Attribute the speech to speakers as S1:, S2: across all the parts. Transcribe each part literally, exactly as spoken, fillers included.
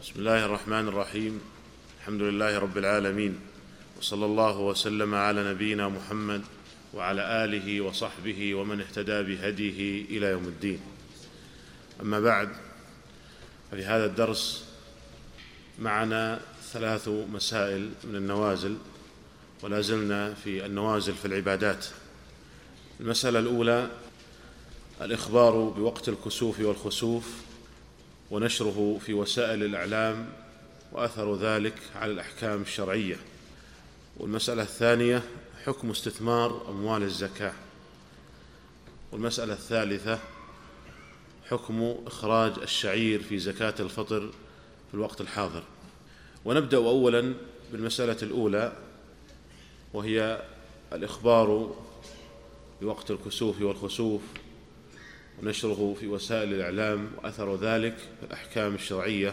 S1: بسم الله الرحمن الرحيم. الحمد لله رب العالمين، وصلى الله وسلم على نبينا محمد وعلى آله وصحبه ومن اهتدى بهديه إلى يوم الدين. أما بعد، ففي هذا الدرس معنا ثلاث مسائل من النوازل، ولا زلنا في النوازل في العبادات. المسألة الأولى الإخبار بوقت الكسوف والخسوف ونشره في وسائل الإعلام وأثر ذلك على الأحكام الشرعية. والمسألة الثانية حكم استثمار أموال الزكاة. والمسألة الثالثة حكم إخراج الشعير في زكاة الفطر في الوقت الحاضر. ونبدأ أولا بالمسألة الأولى، وهي الإخبار بوقت الكسوف والخسوف ونشره في وسائل الإعلام وأثر ذلك في الأحكام الشرعية.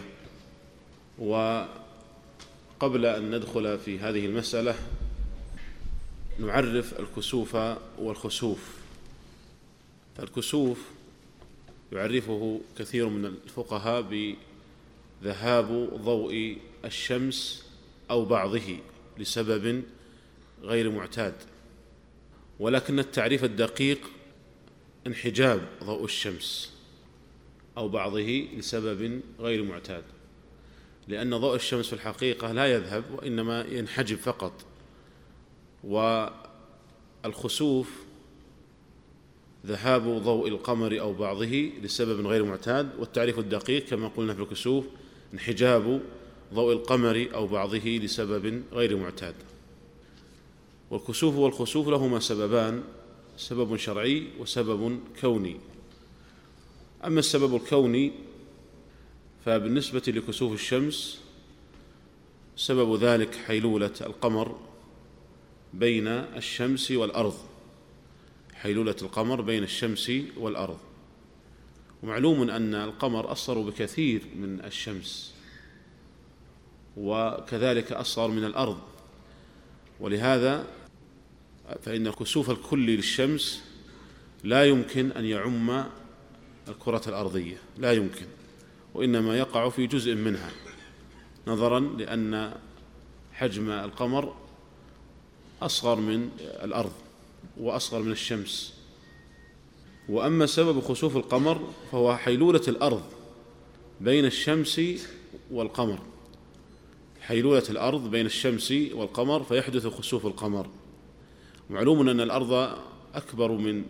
S1: وقبل أن ندخل في هذه المسألة نعرف الكسوف والخسوف. فالكسوف يعرفه كثير من الفقهاء بذهاب ضوء الشمس أو بعضه لسبب غير معتاد، ولكن التعريف الدقيق انحجاب ضوء الشمس أو بعضه لسبب غير معتاد، لأن ضوء الشمس في الحقيقة لا يذهب وإنما ينحجب فقط. والخسوف ذهاب ضوء القمر أو بعضه لسبب غير معتاد، والتعريف الدقيق كما قلنا في الكسوف انحجاب ضوء القمر أو بعضه لسبب غير معتاد. والكسوف والخسوف لهما سببان، سبب شرعي وسبب كوني. أما السبب الكوني فبالنسبة لكسوف الشمس سبب ذلك حيلولة القمر بين الشمس والأرض، حيلولة القمر بين الشمس والأرض. ومعلوم أن القمر أصغر بكثير من الشمس، وكذلك أصغر من الأرض، ولهذا فإن الكسوف الكلي للشمس لا يمكن أن يعم الكرة الأرضية، لا يمكن، وإنما يقع في جزء منها، نظرا لأن حجم القمر أصغر من الأرض وأصغر من الشمس. وأما سبب خسوف القمر فهو حيلولة الأرض بين الشمس والقمر، حيلولة الأرض بين الشمس والقمر فيحدث خسوف القمر. معلوم أن الأرض أكبر من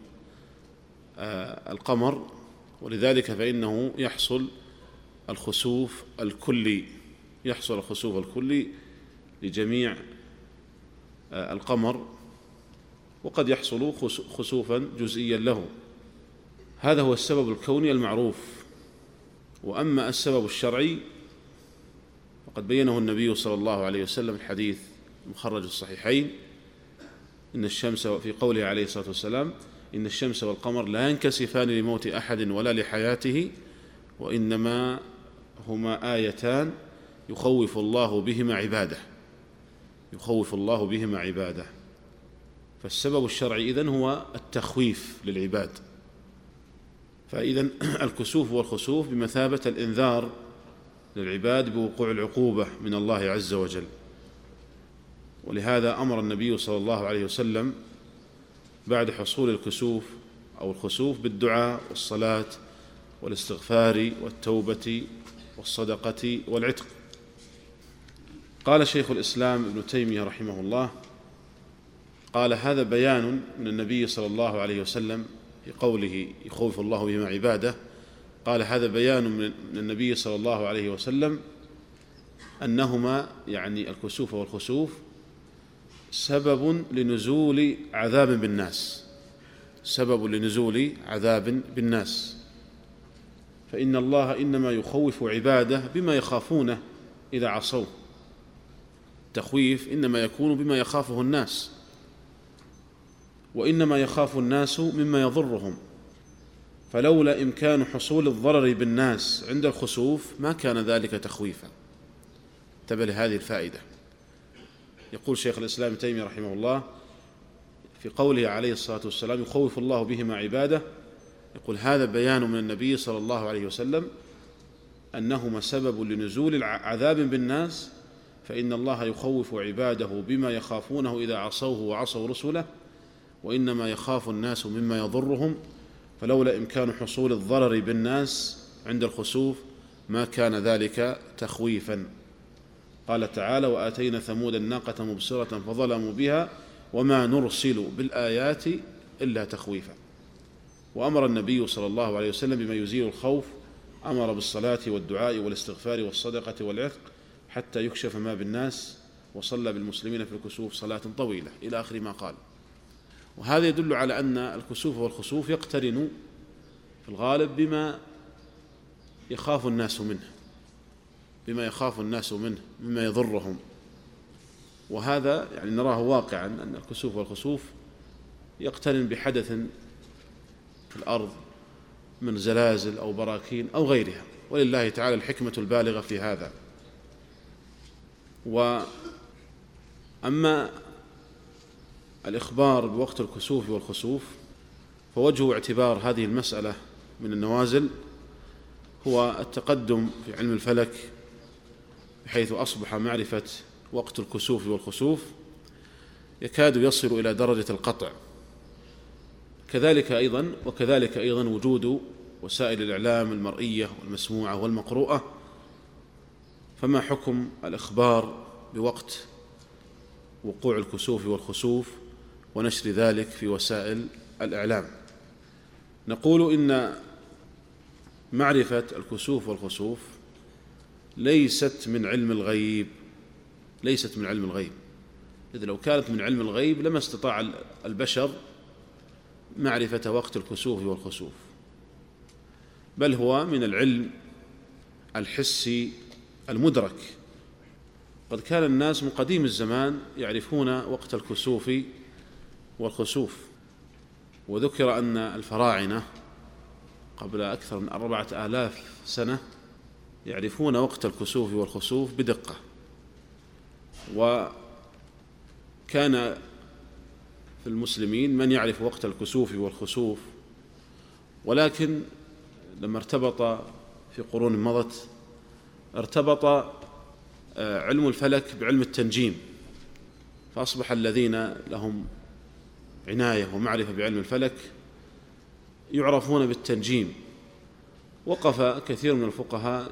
S1: القمر، ولذلك فإنه يحصل الخسوف الكلي، يحصل الخسوف الكلي لجميع القمر، وقد يحصل خسوفا جزئيا له. هذا هو السبب الكوني المعروف. وأما السبب الشرعي فقد بينه النبي صلى الله عليه وسلم الحديث مخرج الصحيحين، إن الشمس، في قوله عليه الصلاة والسلام إن الشمس والقمر لا ينكسفان لموت أحد ولا لحياته، وإنما هما آيتان يخوف الله بهما عباده، يخوف الله بهما عباده. فالسبب الشرعي إذن هو التخويف للعباد. فإذن الكسوف والخسوف بمثابة الإنذار للعباد بوقوع العقوبة من الله عز وجل. ولهذا أمر النبي صلى الله عليه وسلم بعد حصول الكسوف أو الخسوف بالدعاء والصلاة والاستغفار والتوبة والصدقة والعتق. قال شيخ الإسلام ابن تيمية رحمه الله، قال هذا بيان من النبي صلى الله عليه وسلم في قوله يخوف الله بهما عباده، قال هذا بيان من النبي صلى الله عليه وسلم أنهما، يعني الكسوف والخسوف، سبب لنزول عذاب بالناس، سبب لنزول عذاب بالناس. فإن الله إنما يخوف عباده بما يخافونه إذا عصوه. التخويف إنما يكون بما يخافه الناس، وإنما يخاف الناس مما يضرهم. فلولا إمكان حصول الضرر بالناس عند الخسوف ما كان ذلك تخويفا. انتبه لهذه الفائدة. يقول شيخ الإسلام ابن تيمية رحمه الله في قوله عليه الصلاة والسلام يخوف الله بهما عباده، يقول هذا بيان من النبي صلى الله عليه وسلم
S2: أنهما سبب لنزول عذاب بالناس، فإن الله يخوف عباده بما يخافونه إذا عصوه وعصوا رسله، وإنما يخاف الناس مما يضرهم، فلولا إمكان حصول الضرر بالناس عند الخسوف ما كان ذلك تخويفا. قال تعالى: وآتينا ثمود الناقة مبصرة فظلموا بها وما نرسل بالآيات إلا تخويفا. وأمر النبي صلى الله عليه وسلم بما يزيل الخوف، أمر بالصلاة والدعاء والاستغفار والصدقة والعتق حتى يكشف ما بالناس، وصلى بالمسلمين في الكسوف صلاة طويلة إلى آخر ما قال. وهذا يدل على أن الكسوف والخسوف يقترن في الغالب بما يخاف الناس منه بما يخاف الناس منه مما يضرهم، وهذا يعني نراه واقعا أن الكسوف والخسوف يقترن بحدث في الأرض من زلازل أو براكين أو غيرها، ولله تعالى الحكمة البالغة في هذا. وأما الإخبار بوقت الكسوف والخسوف فوجه اعتبار هذه المسألة من النوازل هو التقدم في علم الفلك، بحيث أصبح معرفة وقت الكسوف والخسوف يكاد يصل إلى درجة القطع. كذلك أيضا وكذلك أيضا وجود وسائل الإعلام المرئية والمسموعة والمقروءة. فما حكم الإخبار بوقت وقوع الكسوف والخسوف ونشر ذلك في وسائل الإعلام؟ نقول إن معرفة الكسوف والخسوف ليست من علم الغيب ليست من علم الغيب إذ لو كانت من علم الغيب لما استطاع البشر معرفة وقت الكسوف والخسوف، بل هو من العلم الحسي المدرك. قد كان الناس من قديم الزمان يعرفون وقت الكسوف والخسوف، وذكر أن الفراعنة قبل أكثر من أربعة آلاف سنة يعرفون وقت الكسوف والخسوف بدقة. وكان في المسلمين من يعرف وقت الكسوف والخسوف، ولكن لما ارتبط في قرون مضت ارتبط علم الفلك بعلم التنجيم، فأصبح الذين لهم عناية ومعرفة بعلم الفلك يعرفون بالتنجيم. وقف كثير من الفقهاء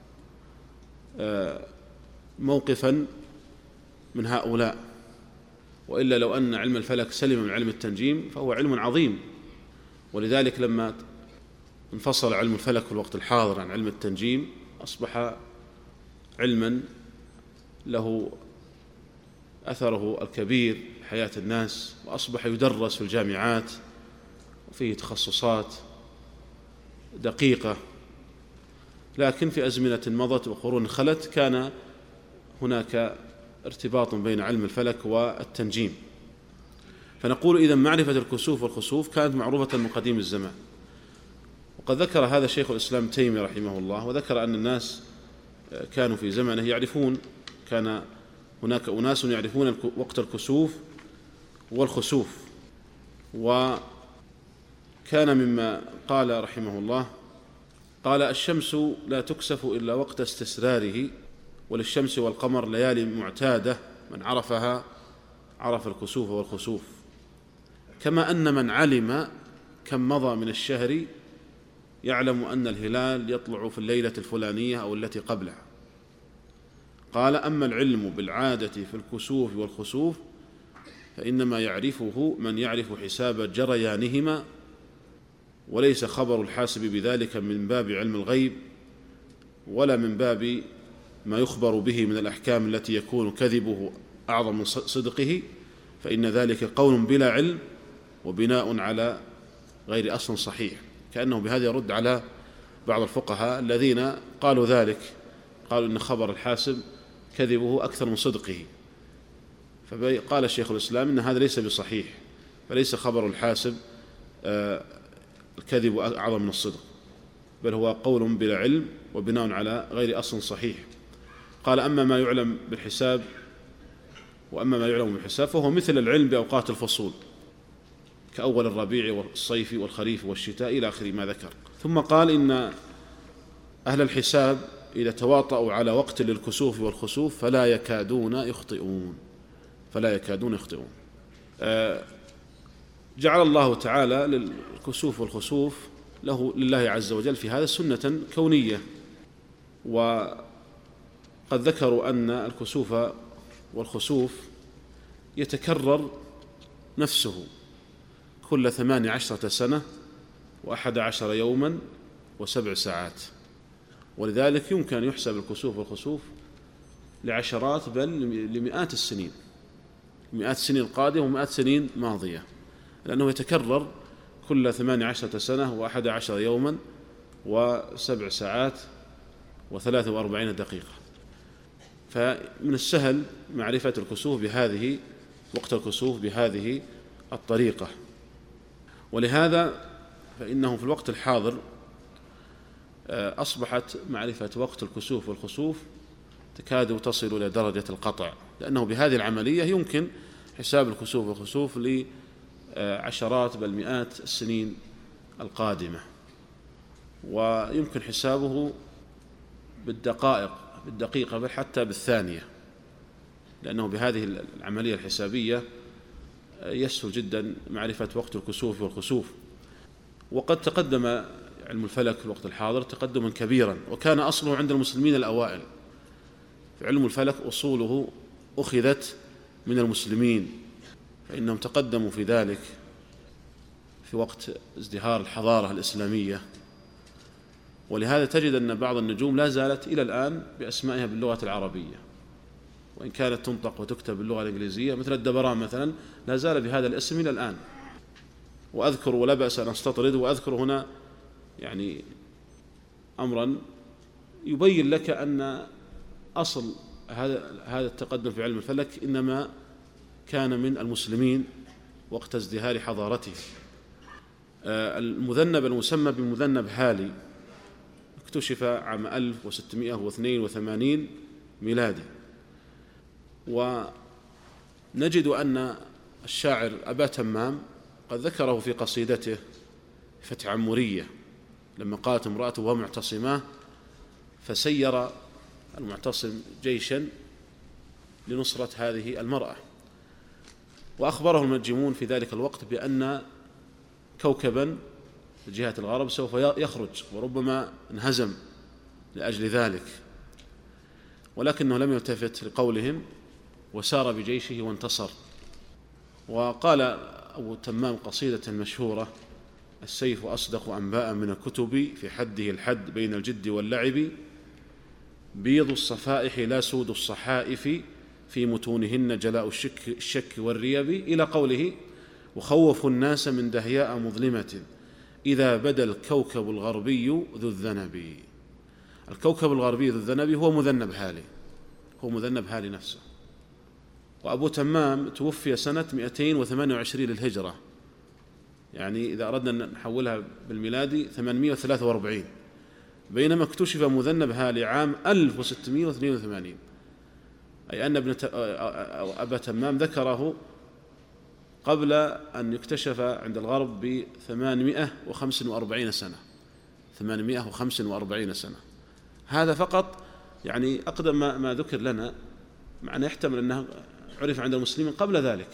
S2: موقفا من هؤلاء، وإلا لو أن علم الفلك سلم من علم التنجيم فهو علم عظيم. ولذلك لما انفصل علم الفلك في الوقت الحاضر عن علم التنجيم أصبح علما له أثره الكبير في حياة الناس، وأصبح يدرس في الجامعات وفيه تخصصات دقيقة. لكن في أزمنة مضت وقرون خلت كان هناك ارتباط بين علم الفلك والتنجيم. فنقول إذن معرفة الكسوف والخسوف كانت معروفة من قديم الزمان. وقد ذكر هذا شيخ الإسلام تيمية رحمه الله، وذكر أن الناس كانوا في زمنه يعرفون كان هناك أناس يعرفون وقت الكسوف والخسوف. وكان مما قال رحمه الله قال: الشمس لا تكسف إلا وقت استسراره، وللشمس والقمر ليالي معتادة، من عرفها عرف الكسوف والخسوف، كما أن من علم كم مضى من الشهر يعلم أن الهلال يطلع في الليلة الفلانية أو التي قبلها. قال: أما العلم بالعادة في الكسوف والخسوف فإنما يعرفه من يعرف حساب جريانهما، وليس خبر الحاسب بذلك من باب علم الغيب ولا من باب ما يخبر به من الأحكام التي يكون كذبه أعظم من صدقه، فإن ذلك قول بلا علم وبناء على غير أصل صحيح. كأنه بهذا يرد على بعض الفقهاء الذين قالوا ذلك، قالوا إن خبر الحاسب كذبه أكثر من صدقه. فقال الشيخ الإسلام إن هذا ليس بصحيح، فليس خبر الحاسب الكذب أعظم من الصدق، بل هو قول بلا علم وبناء على غير أصل صحيح. قال: أما ما يعلم بالحساب وأما ما يعلم بالحساب فهو مثل العلم بأوقات الفصول كأول الربيع والصيف والخريف والشتاء إلى آخر ما ذكر. ثم قال: إن أهل الحساب إذا تواطؤوا على وقت للكسوف والخسوف فلا يكادون يخطئون فلا يكادون يخطئون جعل الله تعالى للكسوف والخسوف له لله عز وجل في هذا سنة كونية، وقد ذكروا أن الكسوف والخسوف يتكرر نفسه كل ثمان عشرة سنة وأحد عشر يوما وسبع ساعات، ولذلك يمكن أن يحسب الكسوف والخسوف لعشرات بل لمئات السنين، مئات السنين القادمة ومئات سنين ماضية، لأنه يتكرر كل ثمان عشرة سنة وأحد عشر يوما وسبع ساعات وثلاث وأربعين دقيقة. فمن السهل معرفة الكسوف بهذه وقت الكسوف بهذه الطريقة، ولهذا فإنه في الوقت الحاضر أصبحت معرفة وقت الكسوف والخسوف تكاد تصل إلى درجة القطع، لأنه بهذه العملية يمكن حساب الكسوف والخسوف لعشرات بل مئات السنين القادمة، ويمكن حسابه بالدقائق بالدقيقة بل حتى بالثانية، لأنه بهذه العملية الحسابية يسهل جدا معرفة وقت الكسوف والخسوف. وقد تقدم علم الفلك في الوقت الحاضر تقدما كبيرا، وكان أصله عند المسلمين الأوائل. في علم الفلك أصوله أخذت من المسلمين، فإنهم تقدموا في ذلك في وقت ازدهار الحضارة الإسلامية، ولهذا تجد أن بعض النجوم لا زالت إلى الآن بأسمائها باللغة العربية، وإن كانت تنطق وتكتب باللغة الإنجليزية، مثل الدبران مثلا لا زال بهذا الاسم إلى الآن. وأذكر ولا بأس أن أستطرد وأذكر هنا يعني أمرا يبين لك أن أصل هذا هذا التقدم في علم الفلك إنما كان من المسلمين وقت ازدهار حضارته. المذنب المسمى بمذنب هالي اكتشف عام ألف وستمائة واثنين وثمانين ميلادي، ونجد أن الشاعر أبا تمام قد ذكره في قصيدته فتح عمورية لما قالت امرأته وهو معتصماه فسير المعتصم جيشا لنصرة هذه المرأة، وأخبره المنجمون في ذلك الوقت بأن كوكبا في جهة الغرب سوف يخرج وربما انهزم لأجل ذلك، ولكنه لم يلتفت لقولهم وسار بجيشه وانتصر. وقال أبو تمام قصيدة مشهورة: السيف أصدق أنباء من الكتب في حده الحد بين الجد واللعب، بيض الصفائح لا سود الصحائف في متونهن جلاء الشك, الشك والريب، إلى قوله: وخوفوا الناس من دهياء مظلمة إذا بدا الكوكب الغربي ذو الذنب. الكوكب الغربي ذو الذنب هو مذنب هالي، هو مذنب هالي نفسه. وأبو تمام توفي سنة مئتين وثمانية وعشرين للهجرة، يعني إذا أردنا أن نحولها بالميلادي ثمانمائة وثلاثة وأربعين، بينما اكتشف مذنب هالي عام ألف وستمائة واثنين وثمانين، أي أن ابن أبا تمام ذكره قبل أن يكتشف عند الغرب بثمانمائة وخمسة وأربعين سنة ثمانمائة وخمسة وأربعين سنة. هذا فقط يعني أقدم ما, ما ذكر لنا، معنى يحتمل أنه عرف عند المسلمين قبل ذلك.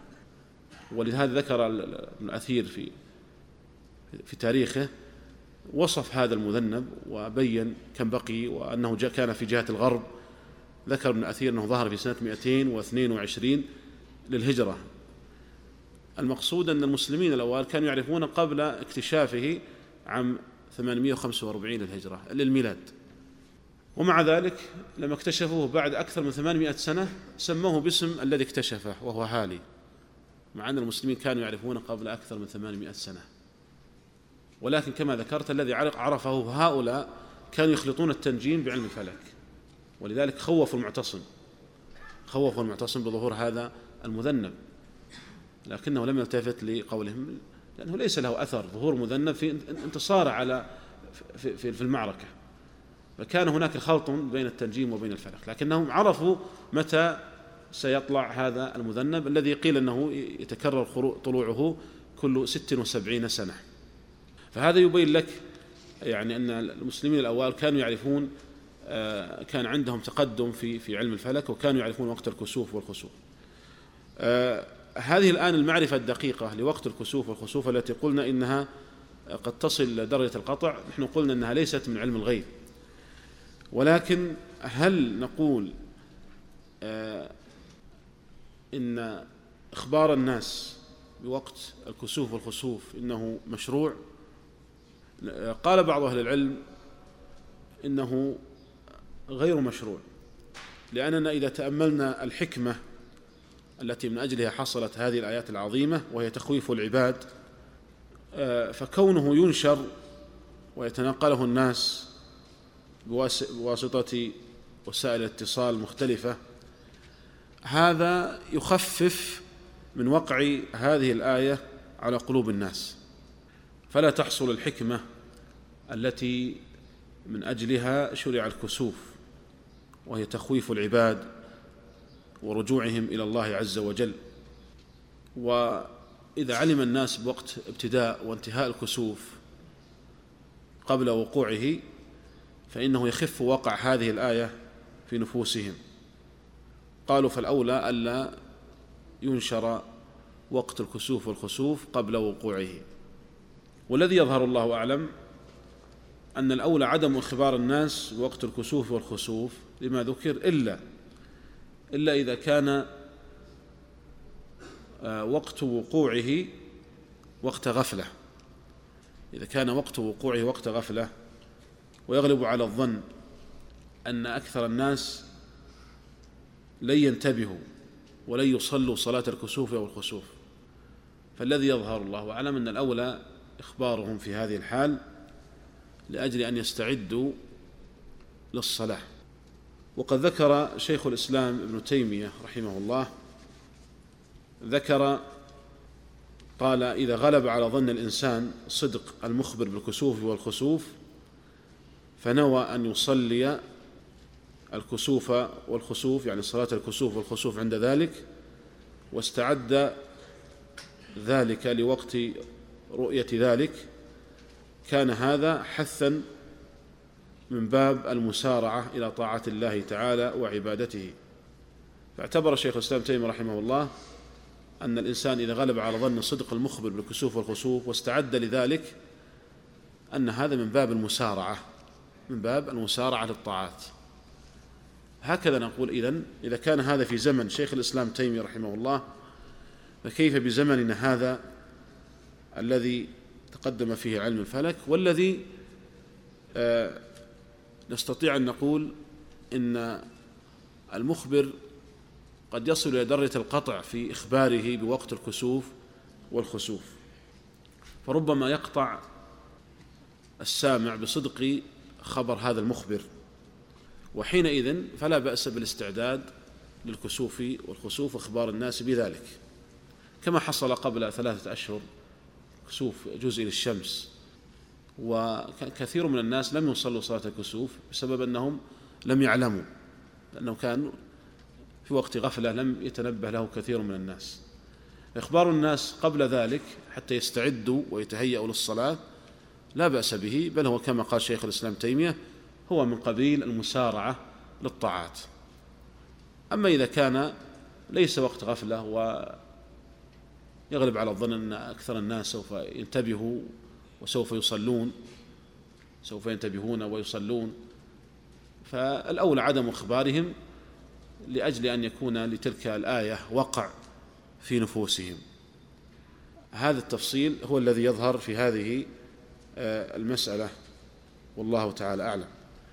S2: ولهذا ذكر ابن الأثير في في تاريخه وصف هذا المذنب وبين كم بقي وأنه كان في جهة الغرب. ذكر ابن الأثير أنه ظهر في سنة مئتين واثنين وعشرين للهجرة. المقصود أن المسلمين الأوائل كانوا يعرفون قبل اكتشافه عام ثمانمائة وخمسة وأربعين للهجرة للميلاد، ومع ذلك لما اكتشفوه بعد أكثر من ثمانمائة سنة سموه باسم الذي اكتشفه وهو هالي، مع أن المسلمين كانوا يعرفون قبل أكثر من ثمانمائة سنة. ولكن كما ذكرت الذي عرفه هؤلاء كانوا يخلطون التنجيم بعلم الفلك، ولذلك خوفوا المعتصم خوفوا المعتصم بظهور هذا المذنب، لكنه لم يلتفت لقولهم، لأنه ليس له أثر ظهور مذنب في انتصار على في, في, في المعركة، فكان هناك خلط بين التنجيم وبين الفلك، لكنهم عرفوا متى سيطلع هذا المذنب الذي قيل أنه يتكرر طلوعه كل ست وسبعين سنة. فهذا يبين لك يعني أن المسلمين الأوائل كانوا يعرفون، كان عندهم تقدم في في علم الفلك، وكانوا يعرفون وقت الكسوف والخسوف. هذه الآن المعرفة الدقيقة لوقت الكسوف والخسوف التي قلنا إنها قد تصل إلى درجة القطع، نحن قلنا أنها ليست من علم الغيب، ولكن هل نقول إن إخبار الناس بوقت الكسوف والخسوف إنه مشروع؟ قال بعض أهل العلم إنه غير مشروع، لأننا إذا تأملنا الحكمة التي من أجلها حصلت هذه الآيات العظيمة وهي تخويف العباد، فكونه ينشر ويتنقله الناس بواسطة وسائل الاتصال مختلفة، هذا يخفف من وقع هذه الآية على قلوب الناس، فلا تحصل الحكمة التي من أجلها شرع الكسوف، وهي تخويف العباد ورجوعهم إلى الله عز وجل. وإذا علم الناس بوقت ابتداء وانتهاء الكسوف قبل وقوعه فإنه يخف وقع هذه الآية في نفوسهم. قالوا فالأولى ألا ينشر وقت الكسوف والخسوف قبل وقوعه. والذي يظهر الله أعلم أن الأولى عدم إخبار الناس بوقت الكسوف والخسوف لما ذكر، إلا إلا إذا كان وقت وقوعه وقت غفلة، إذا كان وقت وقوعه وقت غفلة ويغلب على الظن أن أكثر الناس لن ينتبهوا ولن يصلوا صلاة الكسوف أو الخسوف، فالذي يظهر الله أعلم أن الأولى إخبارهم في هذه الحال لأجل أن يستعدوا للصلاة. وقد ذكر شيخ الإسلام ابن تيمية رحمه الله، ذكر قال إذا غلب على ظن الإنسان صدق المخبر بالكسوف والخسوف فنوى أن يصلي الكسوف والخسوف، يعني صلاة الكسوف والخسوف عند ذلك، واستعد ذلك لوقت رؤية ذلك، كان هذا حثا من باب المسارعة إلى طاعة الله تعالى وعبادته. فاعتبر الشيخ الإسلام تيمية رحمه الله أن الإنسان إذا غلب على ظن صدق المخبر بالكسوف والخسوف واستعد لذلك أن هذا من باب المسارعة، من باب المسارعة للطاعات. هكذا نقول إذن إذا كان هذا في زمن شيخ الإسلام تيمية رحمه الله، فكيف بزمننا هذا الذي تقدم فيه علم الفلك، والذي آه نستطيع أن نقول إن المخبر قد يصل إلى درجة القطع في إخباره بوقت الكسوف والخسوف، فربما يقطع السامع بصدق خبر هذا المخبر، وحينئذ فلا بأس بالاستعداد للكسوف والخسوف وإخبار الناس بذلك، كما حصل قبل ثلاثة أشهر كسوف جزء للشمس، وكثير من الناس لم يصلوا صلاة الكسوف بسبب أنهم لم يعلموا، لأنهم كانوا في وقت غفلة لم يتنبه له كثير من الناس. إخبار الناس قبل ذلك حتى يستعدوا ويتهيأوا للصلاة لا بأس به، بل هو كما قال شيخ الإسلام تيمية هو من قبيل المسارعة للطاعات. أما إذا كان ليس وقت غفلة ويغلب على الظن أن أكثر الناس سوف ينتبهوا وسوف يصلون سوف ينتبهون ويصلون، فالأولى عدم إخبارهم لأجل أن يكون لتلك الآية وقع في نفوسهم. هذا التفصيل هو الذي يظهر في هذه المسألة، والله تعالى أعلم.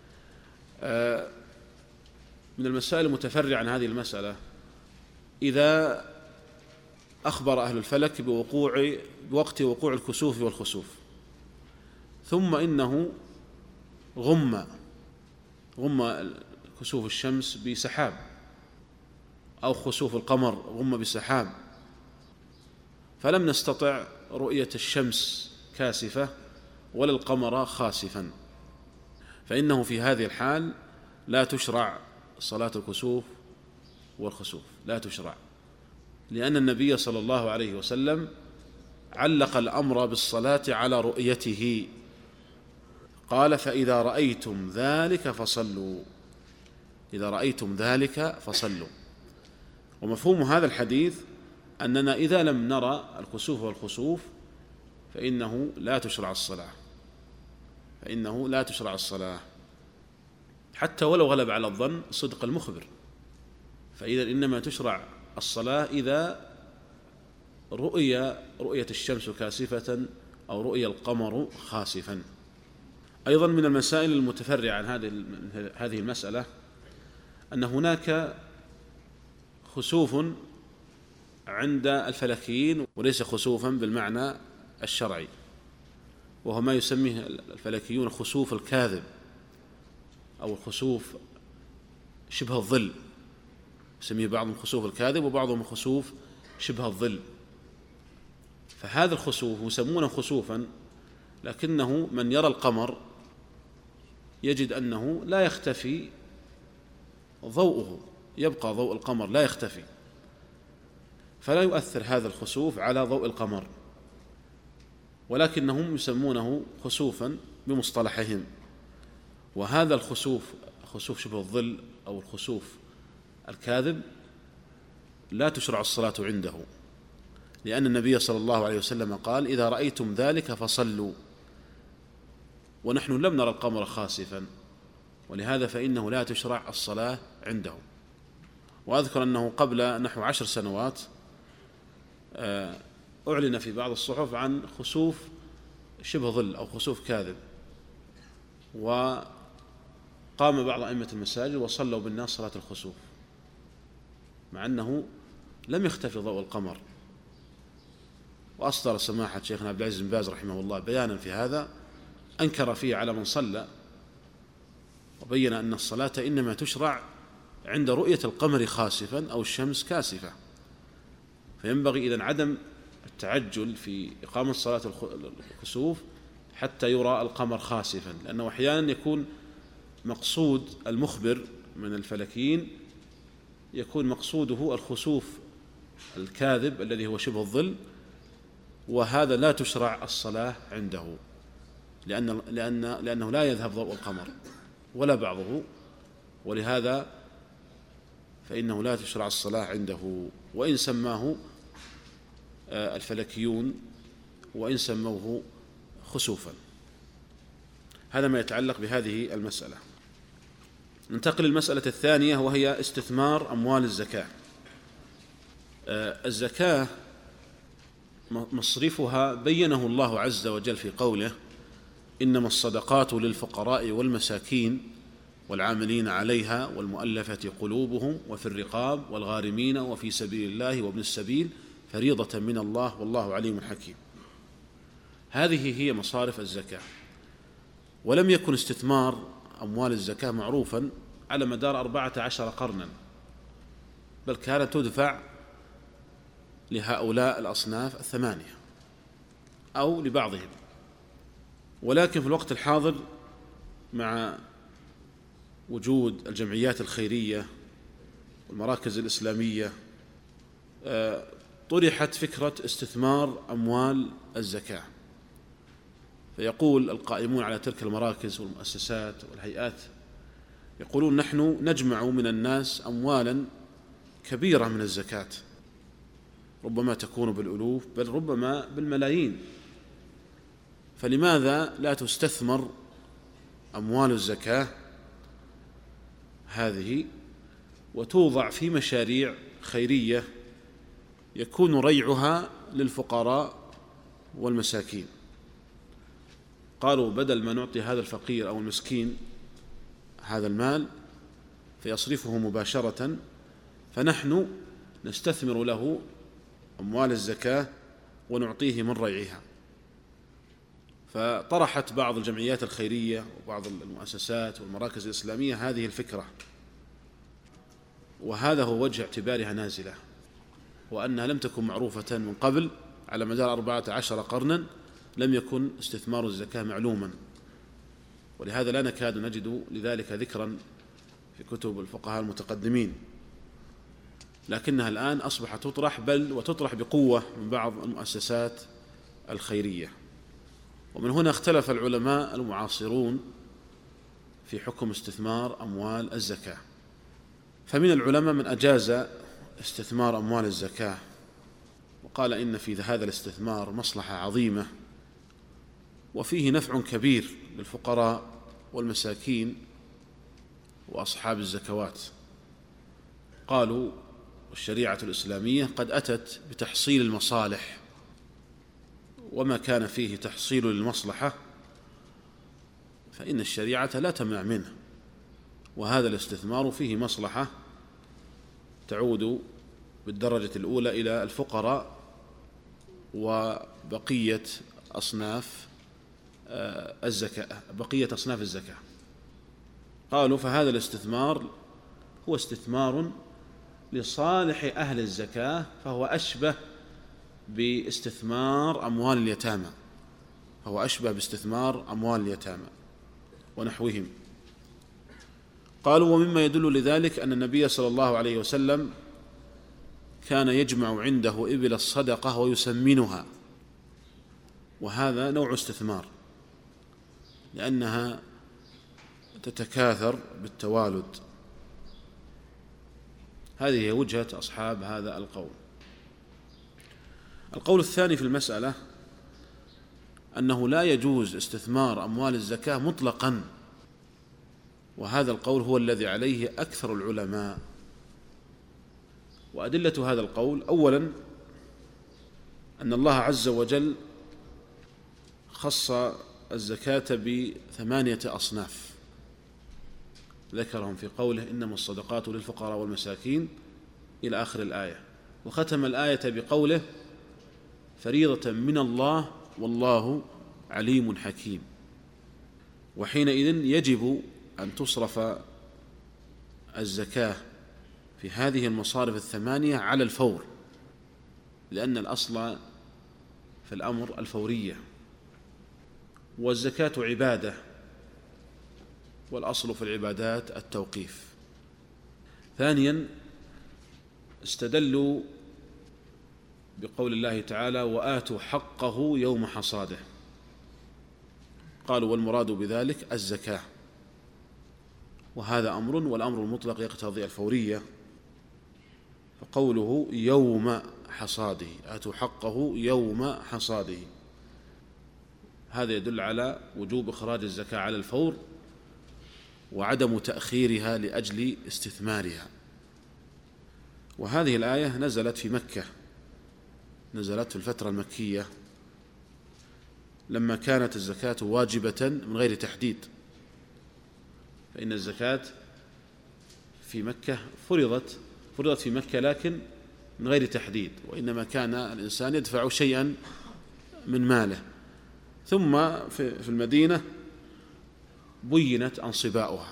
S2: من المسائل المتفرعة عن هذه المسألة إذا أخبر أهل الفلك بوقوع بوقت وقوع الكسوف والخسوف، ثم إنه غم غم كسوف الشمس بسحاب، أو خسوف القمر غم بسحاب، فلم نستطع رؤية الشمس كاسفة ولا القمر خاسفا، فإنه في هذه الحال لا تشرع صلاة الكسوف والخسوف، لا تشرع، لأن النبي صلى الله عليه وسلم علق الأمر بالصلاة على رؤيته، قال فإذا رأيتم ذلك فصلوا، إذا رأيتم ذلك فصلوا. ومفهوم هذا الحديث أننا إذا لم نرى الكسوف والخسوف فإنه لا تشرع الصلاة، فإنه لا تشرع الصلاة حتى ولو غلب على الظن صدق المخبر. فإذا إنما تشرع الصلاة إذا رؤية رؤية الشمس كاسفة أو رؤية القمر خاسفا. أيضا من المسائل المتفرعة عن هذه المسألة أن هناك خسوف عند الفلكيين وليس خسوفا بالمعنى الشرعي، وهو ما يسميه الفلكيون خسوف الكاذب أو الخسوف شبه الظل، يسميه بعضهم خسوف الكاذب وبعضهم خسوف شبه الظل. فهذا الخسوف يسمونه خسوفا، لكنه من يرى القمر يجد أنه لا يختفي ضوءه، يبقى ضوء القمر لا يختفي، فلا يؤثر هذا الخسوف على ضوء القمر، ولكنهم يسمونه خسوفا بمصطلحهم. وهذا الخسوف خسوف شبه الظل أو الخسوف الكاذب لا تشرع الصلاة عنده، لأن النبي صلى الله عليه وسلم قال إذا رأيتم ذلك فصلوا، ونحن لم نرى القمر خاسفا، ولهذا فإنه لا تشرع الصلاة عنده. وأذكر أنه قبل نحو عشر سنوات أعلن في بعض الصحف عن خسوف شبه ظل أو خسوف كاذب، وقام بعض أئمة المساجد وصلوا بالناس صلاة الخسوف مع أنه لم يختفي ضوء القمر. وأصدر سماحة شيخنا عبد العزيز بن باز رحمه الله بيانا في هذا أنكر فيه على من صلى، وبين أن الصلاة إنما تشرع عند رؤية القمر خاسفا أو الشمس كاسفة. فينبغي إذن عدم التعجل في إقامة صلاة الكسوف حتى يرى القمر خاسفا، لأنه أحيانا يكون مقصود المخبر من الفلكيين يكون مقصوده الخسوف الكاذب الذي هو شبه الظل، وهذا لا تشرع الصلاة عنده، لأن لأن لأنه لا يذهب ضوء القمر ولا بعضه، ولهذا فإنه لا تشرع الصلاة عنده، وإن سماه الفلكيون وإن سموه خسوفا. هذا ما يتعلق بهذه المسألة. ننتقل للمسألة الثانية، وهي استثمار أموال الزكاة. الزكاة مصرفها بينه الله عز وجل في قوله إنما الصدقات للفقراء والمساكين والعاملين عليها والمؤلفة قلوبهم وفي الرقاب والغارمين وفي سبيل الله وابن السبيل فريضة من الله والله عليم حكيم. هذه هي مصارف الزكاة. ولم يكن استثمار أموال الزكاة معروفا على مدار أربعة عشر قرنا، بل كانت تدفع لهؤلاء الأصناف الثمانية أو لبعضهم. ولكن في الوقت الحاضر مع وجود الجمعيات الخيرية والمراكز الإسلامية طرحت فكرة استثمار أموال الزكاة. فيقول القائمون على تلك المراكز والمؤسسات والهيئات يقولون نحن نجمع من الناس أموالا كبيرة من الزكاة، ربما تكون بالألوف بل ربما بالملايين، فلماذا لا تستثمر أموال الزكاة هذه وتوضع في مشاريع خيرية يكون ريعها للفقراء والمساكين؟ قالوا بدل ما نعطي هذا الفقير أو المسكين هذا المال فيصرفه مباشرة، فنحن نستثمر له أموال الزكاة ونعطيه من ريعها. فطرحت بعض الجمعيات الخيرية وبعض المؤسسات والمراكز الإسلامية هذه الفكرة، وهذا هو وجه اعتبارها نازلة، وأنها لم تكن معروفة من قبل على مدار أربعة عشر قرنا، لم يكن استثمار الزكاة معلوما، ولهذا لا نكاد نجد لذلك ذكرا في كتب الفقهاء المتقدمين، لكنها الآن أصبحت تطرح، بل وتطرح بقوة من بعض المؤسسات الخيرية. ومن هنا اختلف العلماء المعاصرون في حكم استثمار أموال الزكاة، فمن العلماء من أجاز استثمار أموال الزكاة وقال إن في هذا الاستثمار مصلحة عظيمة وفيه نفع كبير للفقراء والمساكين وأصحاب الزكوات. قالوا الشريعة الإسلامية قد أتت بتحصيل المصالح، وما كان فيه تحصيل للمصلحة فإن الشريعة لا تمنع منه، وهذا الاستثمار فيه مصلحة تعود بالدرجة الأولى إلى الفقراء وبقية أصناف الزكاة بقية أصناف الزكاة. قالوا فهذا الاستثمار هو استثمار لصالح أهل الزكاة، فهو أشبه باستثمار أموال اليتامى فهو أشبه باستثمار أموال اليتامى ونحوهم. قالوا ومما يدل لذلك أن النبي صلى الله عليه وسلم كان يجمع عنده إبل الصدقة ويسمنها، وهذا نوع استثمار لأنها تتكاثر بالتوالد. هذه هي وجهة أصحاب هذا القول. القول الثاني في المسألة أنه لا يجوز استثمار أموال الزكاة مطلقا، وهذا القول هو الذي عليه أكثر العلماء. وأدلة هذا القول: أولا أن الله عز وجل خص الزكاة بثمانية أصناف ذكرهم في قوله إنما الصدقات للفقراء والمساكين إلى آخر الآية، وختم الآية بقوله فريضة من الله والله عليم حكيم. وحينئذ يجب أن تصرف الزكاة في هذه المصارف الثمانية على الفور، لأن الأصل في الأمر الفورية، والزكاة عبادة والأصل في العبادات التوقيف. ثانيا استدلوا بقول الله تعالى وآتوا حقه يوم حصاده، قالوا والمراد بذلك الزكاة، وهذا أمر، والأمر المطلق يقتضي الفورية، فقوله يوم حصاده آتوا حقه يوم حصاده هذا يدل على وجوب إخراج الزكاة على الفور وعدم تأخيرها لأجل استثمارها. وهذه الآية نزلت في مكة، نزلت في الفترة المكية لما كانت الزكاة واجبة من غير تحديد، فإن الزكاة في مكة فرضت فرضت في مكة لكن من غير تحديد، وإنما كان الإنسان يدفع شيئا من ماله، ثم في المدينة بينت أنصباؤها.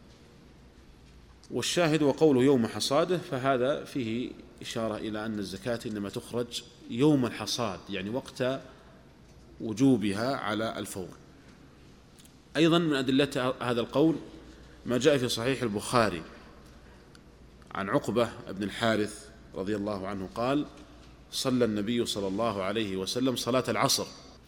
S2: والشاهد وقوله يوم حصاده، فهذا فيه إشارة إلى أن الزكاة إنما تخرج يوم الحصاد، يعني وقت وجوبها على الفور. أيضا من أدلة هذا القول ما جاء في صحيح البخاري عن عقبة بن الحارث رضي الله عنه قال صلى النبي صلى الله عليه وسلم صلاة العصر،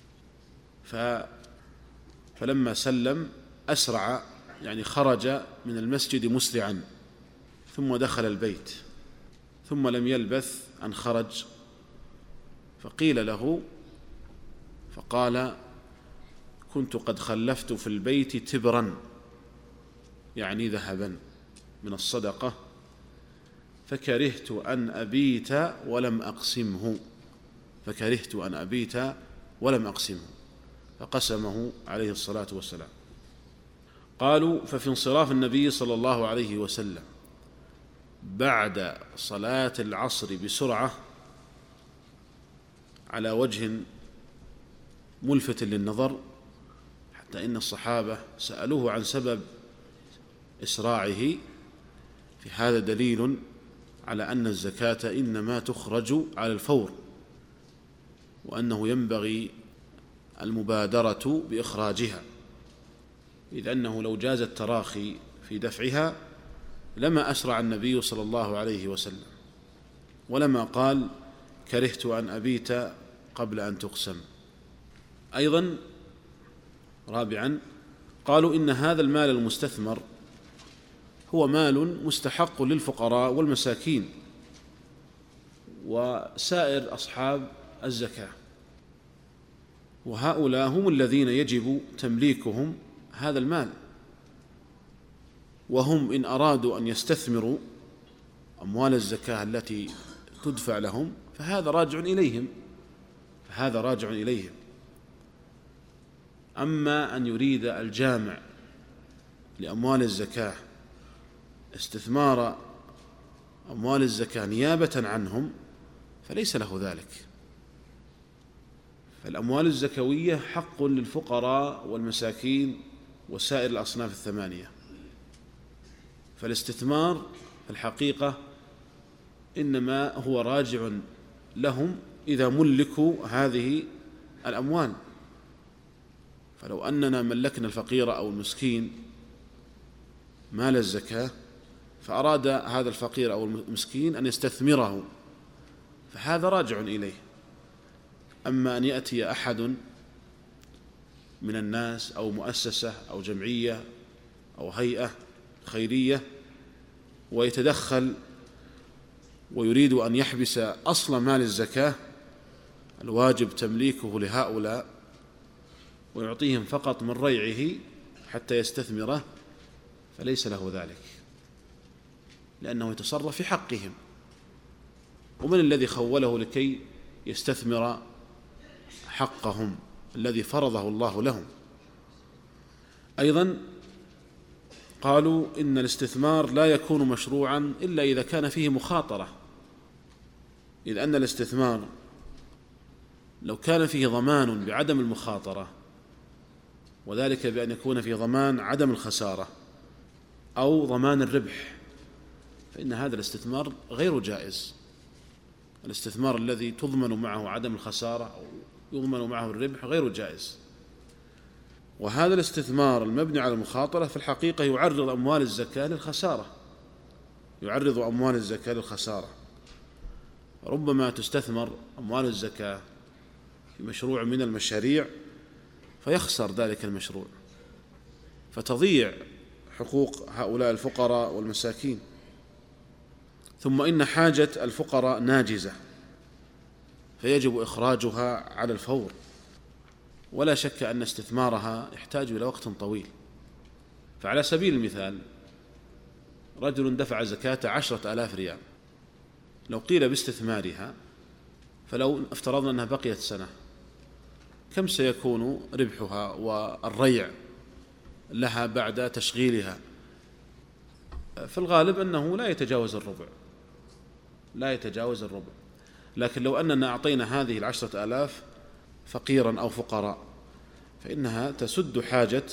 S2: فلما سلم أسرع، يعني خرج من المسجد مسرعا، ثم دخل البيت، ثم لم يلبث أن خرج، فقيل له فقال كنت قد خلفت في البيت تبرا، يعني ذهبا من الصدقة، فكرهت أن أبيت ولم أقسمه فكرهت أن أبيت ولم أقسمه فقسمه عليه الصلاة والسلام. قالوا ففي انصراف النبي صلى الله عليه وسلم بعد صلاة العصر بسرعة على وجه ملفت للنظر، حتى إن الصحابة سألوه عن سبب إسراعه، في هذا دليل على أن الزكاة إنما تخرج على الفور، وأنه ينبغي المبادرة بإخراجها، إذ أنه لو جاز التراخي في دفعها لما أسرع النبي صلى الله عليه وسلم، ولما قال كرهت أن أبيت قبل أن تقسم. أيضا رابعا قالوا إن هذا المال المستثمر هو مال مستحق للفقراء والمساكين وسائر أصحاب الزكاة، وهؤلاء هم الذين يجب تمليكهم هذا المال، وهم إن أرادوا أن يستثمروا أموال الزكاة التي تدفع لهم فهذا راجع إليهم فهذا راجع إليهم أما أن يريد الجامع لأموال الزكاة استثمار أموال الزكاة نيابة عنهم فليس له ذلك. فالأموال الزكوية حق للفقراء والمساكين وسائر الأصناف الثمانية، فالاستثمار في الحقيقة إنما هو راجع لهم إذا ملكوا هذه الأموال. فلو أننا ملكنا الفقير أو المسكين مال الزكاة فأراد هذا الفقير أو المسكين أن يستثمره فهذا راجع إليه. أما أن يأتي أحد من الناس أو مؤسسة أو جمعية أو هيئة خيرية ويتدخل ويريد أن يحبس أصل مال الزكاة الواجب تمليكه لهؤلاء ويعطيهم فقط من ريعه حتى يستثمره فليس له ذلك، لأنه يتصرف في حقهم. ومن الذي خوله لكي يستثمر حقهم الذي فرضه الله لهم؟ أيضا قالوا إن الاستثمار لا يكون مشروعا إلا إذا كان فيه مخاطرة، إذ أن الاستثمار لو كان فيه ضمان بعدم المخاطرة، وذلك بأن يكون فيه ضمان عدم الخسارة أو ضمان الربح، فإن هذا الاستثمار غير جائز. الاستثمار الذي تضمن معه عدم الخسارة أو يضمن معه الربح غير جائز. وهذا الاستثمار المبني على المخاطرة في الحقيقة يعرض أموال الزكاة للخسارة يعرض أموال الزكاة للخسارة ربما تستثمر أموال الزكاة في مشروع من المشاريع فيخسر ذلك المشروع فتضيع حقوق هؤلاء الفقراء والمساكين. ثم إن حاجة الفقراء ناجزة فيجب إخراجها على الفور، ولا شك أن استثمارها يحتاج إلى وقت طويل. فعلى سبيل المثال رجل دفع زكاة عشرة آلاف ريال، لو قيل باستثمارها فلو افترضنا أنها بقيت سنة كم سيكون ربحها والريع لها بعد تشغيلها؟ في الغالب أنه لا يتجاوز الربع لا يتجاوز الربع لكن لو أننا أعطينا هذه العشرة آلاف فقيرا أو فقراء فإنها تسد حاجة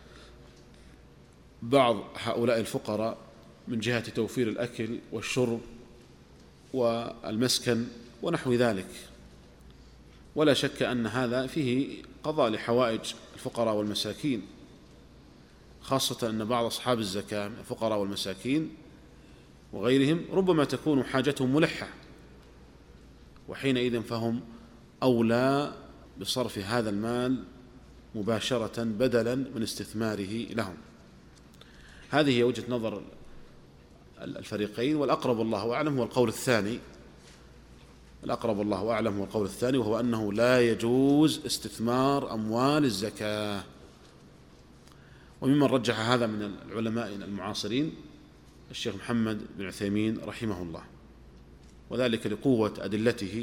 S2: بعض هؤلاء الفقراء من جهة توفير الأكل والشرب والمسكن ونحو ذلك. ولا شك أن هذا فيه قضاء لحوائج الفقراء والمساكين، خاصة أن بعض أصحاب الزكاة الفقراء والمساكين وغيرهم ربما تكون حاجتهم ملحة، وحينئذ فهم أولى بصرف هذا المال مباشرة بدلا من استثماره لهم. هذه هي وجهة نظر الفريقين، والأقرب الله أعلم هو القول الثاني الأقرب الله أعلم هو القول الثاني وهو أنه لا يجوز استثمار أموال الزكاة. وممن رجح هذا من العلماء المعاصرين الشيخ محمد بن عثيمين رحمه الله، وذلك لقوة أدلته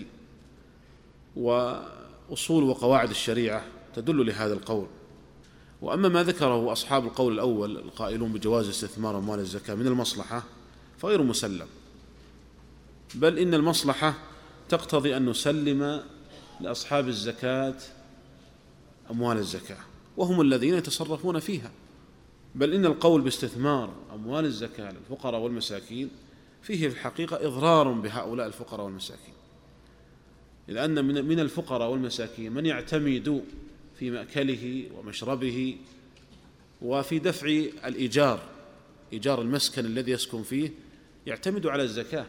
S2: وأصول وقواعد الشريعة تدل لهذا القول. وأما ما ذكره أصحاب القول الأول القائلون بجواز استثمار أموال الزكاة من المصلحة فغير مسلم، بل إن المصلحة تقتضي أن نسلم لأصحاب الزكاة أموال الزكاة وهم الذين يتصرفون فيها، بل إن القول باستثمار أموال الزكاة للفقراء والمساكين فيه في الحقيقة إضرار بهؤلاء الفقراء والمساكين، لأن من الفقراء والمساكين من يعتمد في مأكله ومشربه وفي دفع الإيجار إيجار المسكن الذي يسكن فيه يعتمد على الزكاة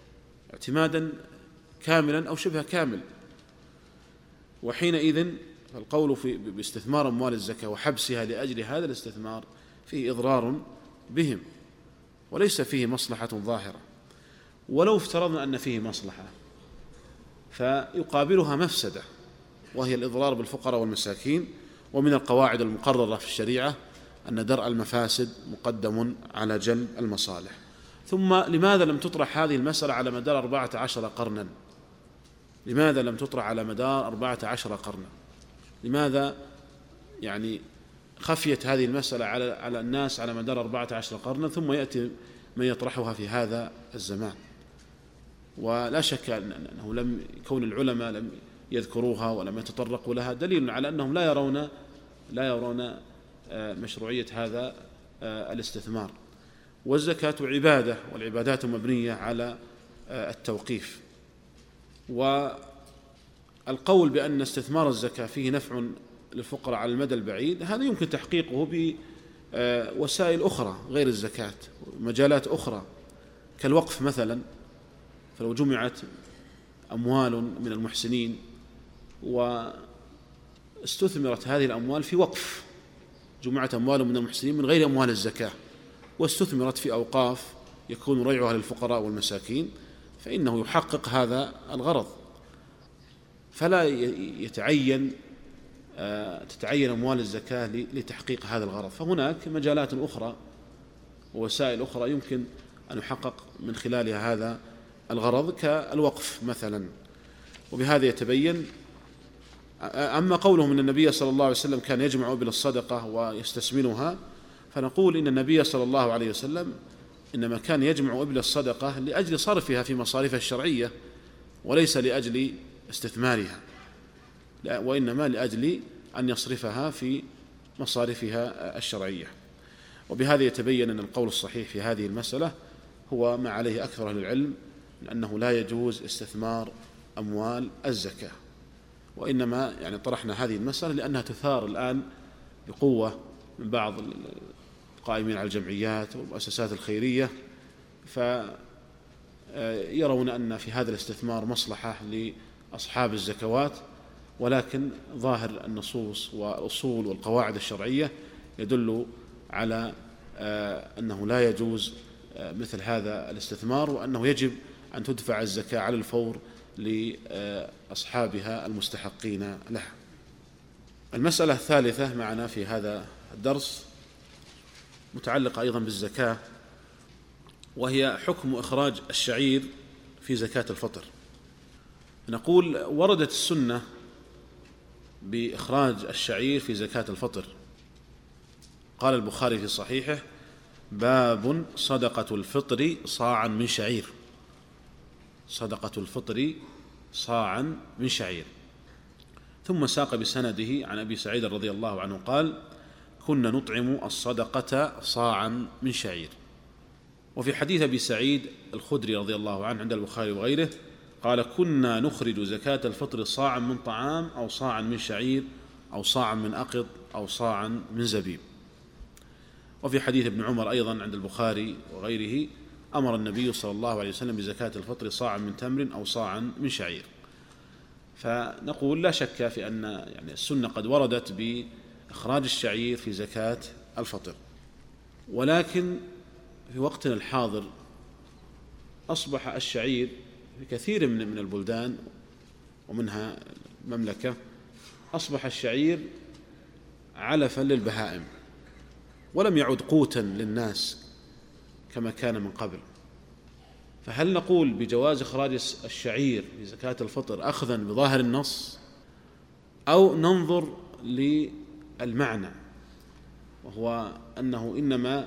S2: اعتمادا كاملا أو شبه كامل، وحينئذ فالقول في باستثمار أموال الزكاة وحبسها لأجل هذا الاستثمار فيه إضرار بهم وليس فيه مصلحة ظاهرة. ولو افترضنا أن فيه مصلحة فيقابلها مفسدة وهي الإضرار بالفقراء والمساكين، ومن القواعد المقررة في الشريعة أن درء المفاسد مقدم على جلب المصالح. ثم لماذا لم تطرح هذه المسألة على مدار أربعة عشر قرنا؟ لماذا لم تطرح على مدار أربعة عشر قرنا؟ لماذا يعني خفيت هذه المسألة على على الناس على مدار أربعة عشر قرنا ثم يأتي من يطرحها في هذا الزمان؟ ولا شك أنه لم كون العلماء لم يذكروها ولم يتطرقوا لها دليل على أنهم لا يرون لا يرون مشروعية هذا الاستثمار. والزكاة عبادة، والعبادات مبنية على التوقيف. والقول بأن استثمار الزكاة فيه نفع للفقراء على المدى البعيد هذا يمكن تحقيقه بوسائل أخرى غير الزكاة، مجالات أخرى كالوقف مثلا. فلو جمعت أموال من المحسنين واستثمرت هذه الأموال في وقف، جمعت أموال من المحسنين من غير أموال الزكاة واستثمرت في أوقاف يكون ريعها للفقراء والمساكين، فإنه يحقق هذا الغرض، فلا يتعين تتعين أموال الزكاة لتحقيق هذا الغرض. فهناك مجالات أخرى ووسائل أخرى يمكن أن يحقق من خلالها هذا الغرض كالوقف مثلا. وبهذا يتبين. أما قولهم أن النبي صلى الله عليه وسلم كان يجمع إبل الصدقة ويستثمنها، فنقول إن النبي صلى الله عليه وسلم إنما كان يجمع إبل الصدقة لأجل صرفها في مصاريفها الشرعية وليس لأجل استثمارها، وإنما لأجل أن يصرفها في مصاريفها الشرعية. وبهذا يتبين أن القول الصحيح في هذه المسألة هو ما عليه أكثر أهل العلم، أنه لا يجوز استثمار أموال الزكاة. وإنما يعني طرحنا هذه المسألة لأنها تثار الآن بقوة من بعض القائمين على الجمعيات والمؤسسات الخيرية، فيرون أن في هذا الاستثمار مصلحة لأصحاب الزكوات، ولكن ظاهر النصوص والأصول والقواعد الشرعية يدل على أنه لا يجوز مثل هذا الاستثمار، وأنه يجب أن تدفع الزكاة على الفور لأصحابها المستحقين لها. المسألة الثالثة معنا في هذا الدرس متعلقة أيضا بالزكاة، وهي حكم إخراج الشعير في زكاة الفطر. نقول وردت السنة بإخراج الشعير في زكاة الفطر. قال البخاري في صحيحه: باب صدقة الفطر صاعا من شعير. صدقة الفطر صاعا من شعير. ثم ساق بسنده عن أبي سعيد رضي الله عنه قال: كنا نطعم الصدقة صاعا من شعير. وفي حديث أبي سعيد الخدري رضي الله عنه عند البخاري وغيره قال: كنا نخرج زكاة الفطر صاعا من طعام أو صاعا من شعير أو صاعا من أقط أو صاعا من زبيب. وفي حديث ابن عمر أيضا عند البخاري وغيره أمر النبي صلى الله عليه وسلم بزكاة الفطر صاعا من تمر أو صاعا من شعير. فنقول لا شك في أن يعني السنة قد وردت بإخراج الشعير في زكاة الفطر، ولكن في وقتنا الحاضر أصبح الشعير في كثير من من البلدان ومنها المملكة أصبح الشعير علفا للبهائم ولم يعد قوتا للناس كما كان من قبل. فهل نقول بجواز إخراج الشعير في زكاة الفطر أخذا بظاهر النص، أو ننظر للمعنى وهو أنه إنما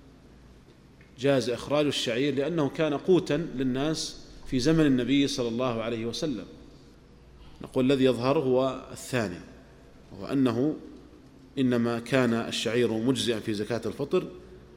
S2: جاز إخراج الشعير لأنه كان قوتا للناس في زمن النبي صلى الله عليه وسلم؟ نقول الذي يظهر هو الثاني، وهو أنه إنما كان الشعير مجزئا في زكاة الفطر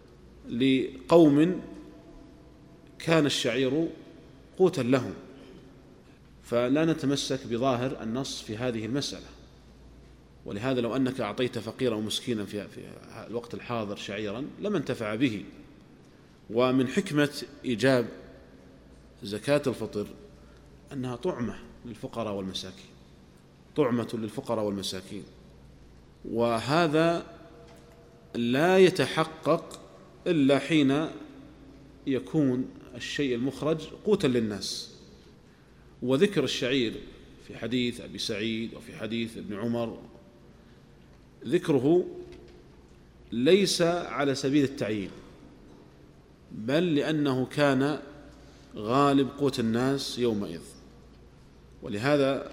S2: لقوم كان الشعير قوتا لهم، فلا نتمسك بظاهر النص في هذه المسألة. ولهذا لو أنك أعطيت فقيرا ومسكينا في الوقت الحاضر شعيرا لما انتفع به. ومن حكمة إيجاب زكاة الفطر أنها طعمة للفقراء والمساكين، طعمة للفقراء والمساكين، وهذا لا يتحقق إلا حين يكون الشيء المخرج قوتا للناس. وذكر الشعير في حديث أبي سعيد وفي حديث ابن عمر ذكره ليس على سبيل التعيين، بل لأنه كان غالب قوت الناس يومئذ. ولهذا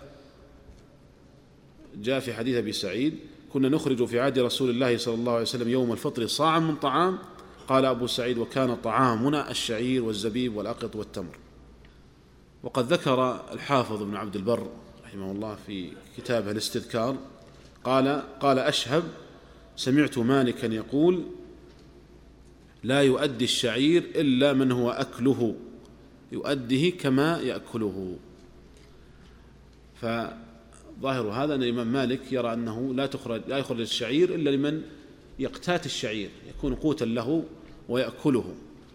S2: جاء في حديث أبي سعيد: كنا نخرج في عهد رسول الله صلى الله عليه وسلم يوم الفطر صاعا من طعام. قال أبو سعيد: وكان طعامنا الشعير والزبيب والأقط والتمر. وقد ذكر الحافظ ابن عبد البر رحمه الله في كتابه الاستذكار قال قال أشهب: سمعت مالكا يقول: لا يؤدي الشعير إلا من هو أكله، يؤديه كما يأكله. فظاهر هذا أن الإمام مالك يرى أنه لا تخرج لا يخرج الشعير إلا لمن يقتات الشعير، يكون قوتا له ويأكله.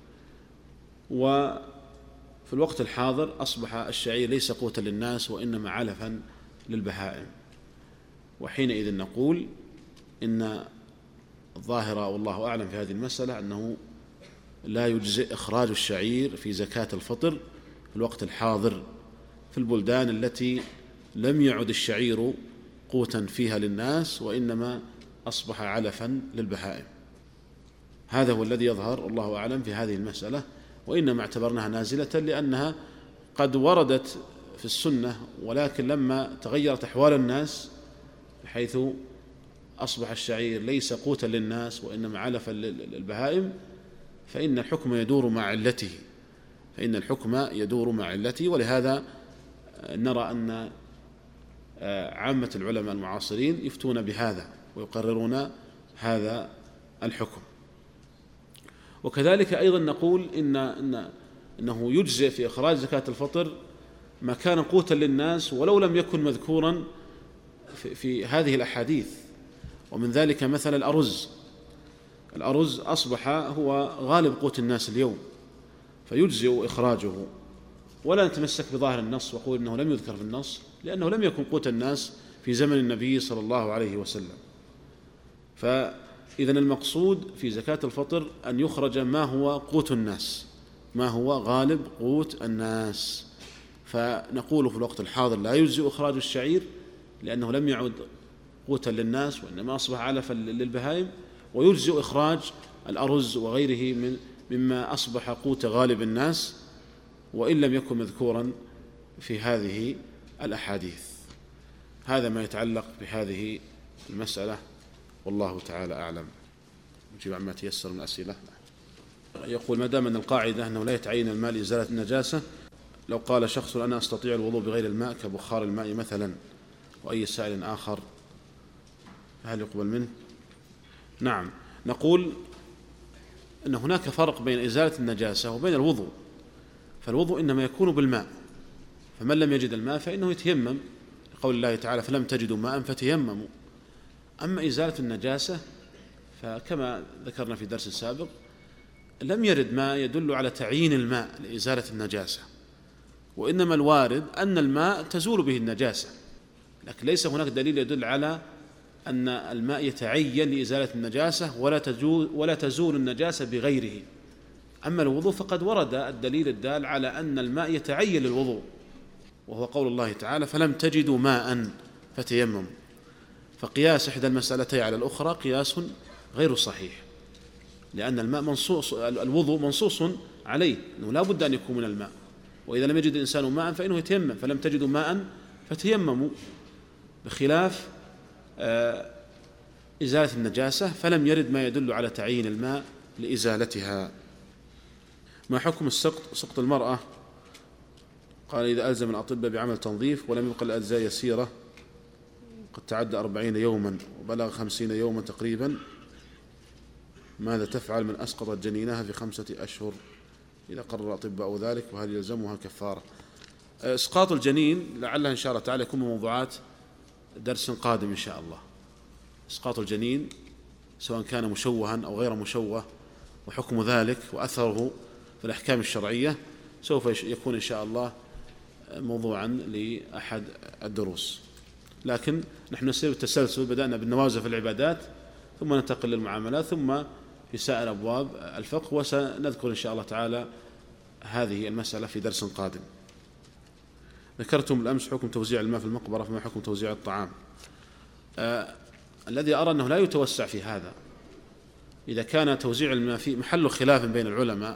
S2: وفي الوقت الحاضر أصبح الشعير ليس قوتا للناس وإنما علفا للبهائم، وحينئذ نقول إن الظاهرة والله أعلم في هذه المسألة أنه لا يجزئ إخراج الشعير في زكاة الفطر في الوقت الحاضر في البلدان التي لم يعد الشعير قوتا فيها للناس وإنما أصبح علفا للبهائم. هذا هو الذي يظهر الله أعلم في هذه المسألة، وإنما اعتبرناها نازلة لأنها قد وردت في السنة، ولكن لما تغيرت أحوال الناس بحيث أصبح الشعير ليس قوتا للناس وإنما علفا للبهائم فإن الحكم يدور مع علته فإن الحكم يدور مع علته ولهذا نرى أن عامة العلماء المعاصرين يفتون بهذا ويقررون هذا الحكم. وكذلك أيضا نقول إن, إن إنه يجزئ في إخراج زكاة الفطر ما كان قوتا للناس ولو لم يكن مذكورا في, في هذه الأحاديث. ومن ذلك مثلا الأرز الأرز أصبح هو غالب قوت الناس اليوم، فيجزئ إخراجه، ولا نتمسك بظاهر النص وقول إنه لم يذكر في النص، لأنه لم يكن قوت الناس في زمن النبي صلى الله عليه وسلم. فإذن المقصود في زكاة الفطر أن يخرج ما هو قوت الناس، ما هو غالب قوت الناس. فنقول في الوقت الحاضر لا يجزئ إخراج الشعير لأنه لم يعد قوتا للناس وإنما أصبح علفا للبهائم، ويجزئ إخراج الأرز وغيره من مما أصبح قوت غالب الناس وإن لم يكن مذكورا في هذه الأحاديث. هذا ما يتعلق بهذه المسألة، والله تعالى أعلم. نجيب عما تيسر من أسئلة. يقول: ما دام أن القاعدة أنه لا يتعين الماء لإزالة النجاسة، لو قال شخص أنا أستطيع الوضوء بغير الماء كبخار الماء مثلا وأي سائل آخر، هل يقبل منه؟ نعم، نقول أن هناك فرق بين إزالة النجاسة وبين الوضوء. فالوضوء إنما يكون بالماء، فمن لم يجد الماء فإنه يتيمم، لقول الله تعالى: فلم تجدوا ماء فتيمموا. أما إزالة النجاسة فكما ذكرنا في درس سابق لم يرد ما يدل على تعيين الماء لإزالة النجاسة، وإنما الوارد أن الماء تزول به النجاسة، لكن ليس هناك دليل يدل على أن الماء يتعين لإزالة النجاسة ولا تزول, ولا تزول النجاسة بغيره. أما الوضوء فقد ورد الدليل الدال على أن الماء يتعين للوضوء، وهو قول الله تعالى: فلم تجدوا ماء فتيمموا. فقياس إحدى المسألتين على الأخرى قياس غير صحيح، لأن الماء منصوص الوضوء منصوص عليه أنه لا بد أن يكون من الماء، وإذا لم يجد الإنسان ماء فإنه يتيمم. فلم تجدوا ماء فتيمموا، بخلاف إزالة النجاسة فلم يرد ما يدل على تعيين الماء لإزالتها. ما حكم السقط سقط المرأة؟ قال: إذا ألزم الأطباء بعمل تنظيف ولم يبقى الأجزاء يسيرة قد تعدى أربعين يوما وبلغ خمسين يوما تقريبا، ماذا تفعل من أسقطت جنينها في خمسة أشهر إذا قرر الأطباء ذلك، وهل يلزمها كفارة؟ إسقاط الجنين لعلها إن شاء الله تعالى يكون من موضوعات درس قادم إن شاء الله. إسقاط الجنين سواء كان مشوها أو غير مشوه وحكم ذلك وأثره في الأحكام الشرعية سوف يكون إن شاء الله موضوعا لأحد الدروس. لكن نحن نسير بالتسلسل، بدأنا بالنوازل في العبادات ثم ننتقل للمعاملات ثم في سائر أبواب الفقه، وسنذكر إن شاء الله تعالى هذه المسألة في درس قادم. ذكرتم الأمس حكم توزيع الماء في المقبرة، فما حكم توزيع الطعام؟ آه الذي أرى أنه لا يتوسع في هذا. إذا كان توزيع الماء في محل خلاف بين العلماء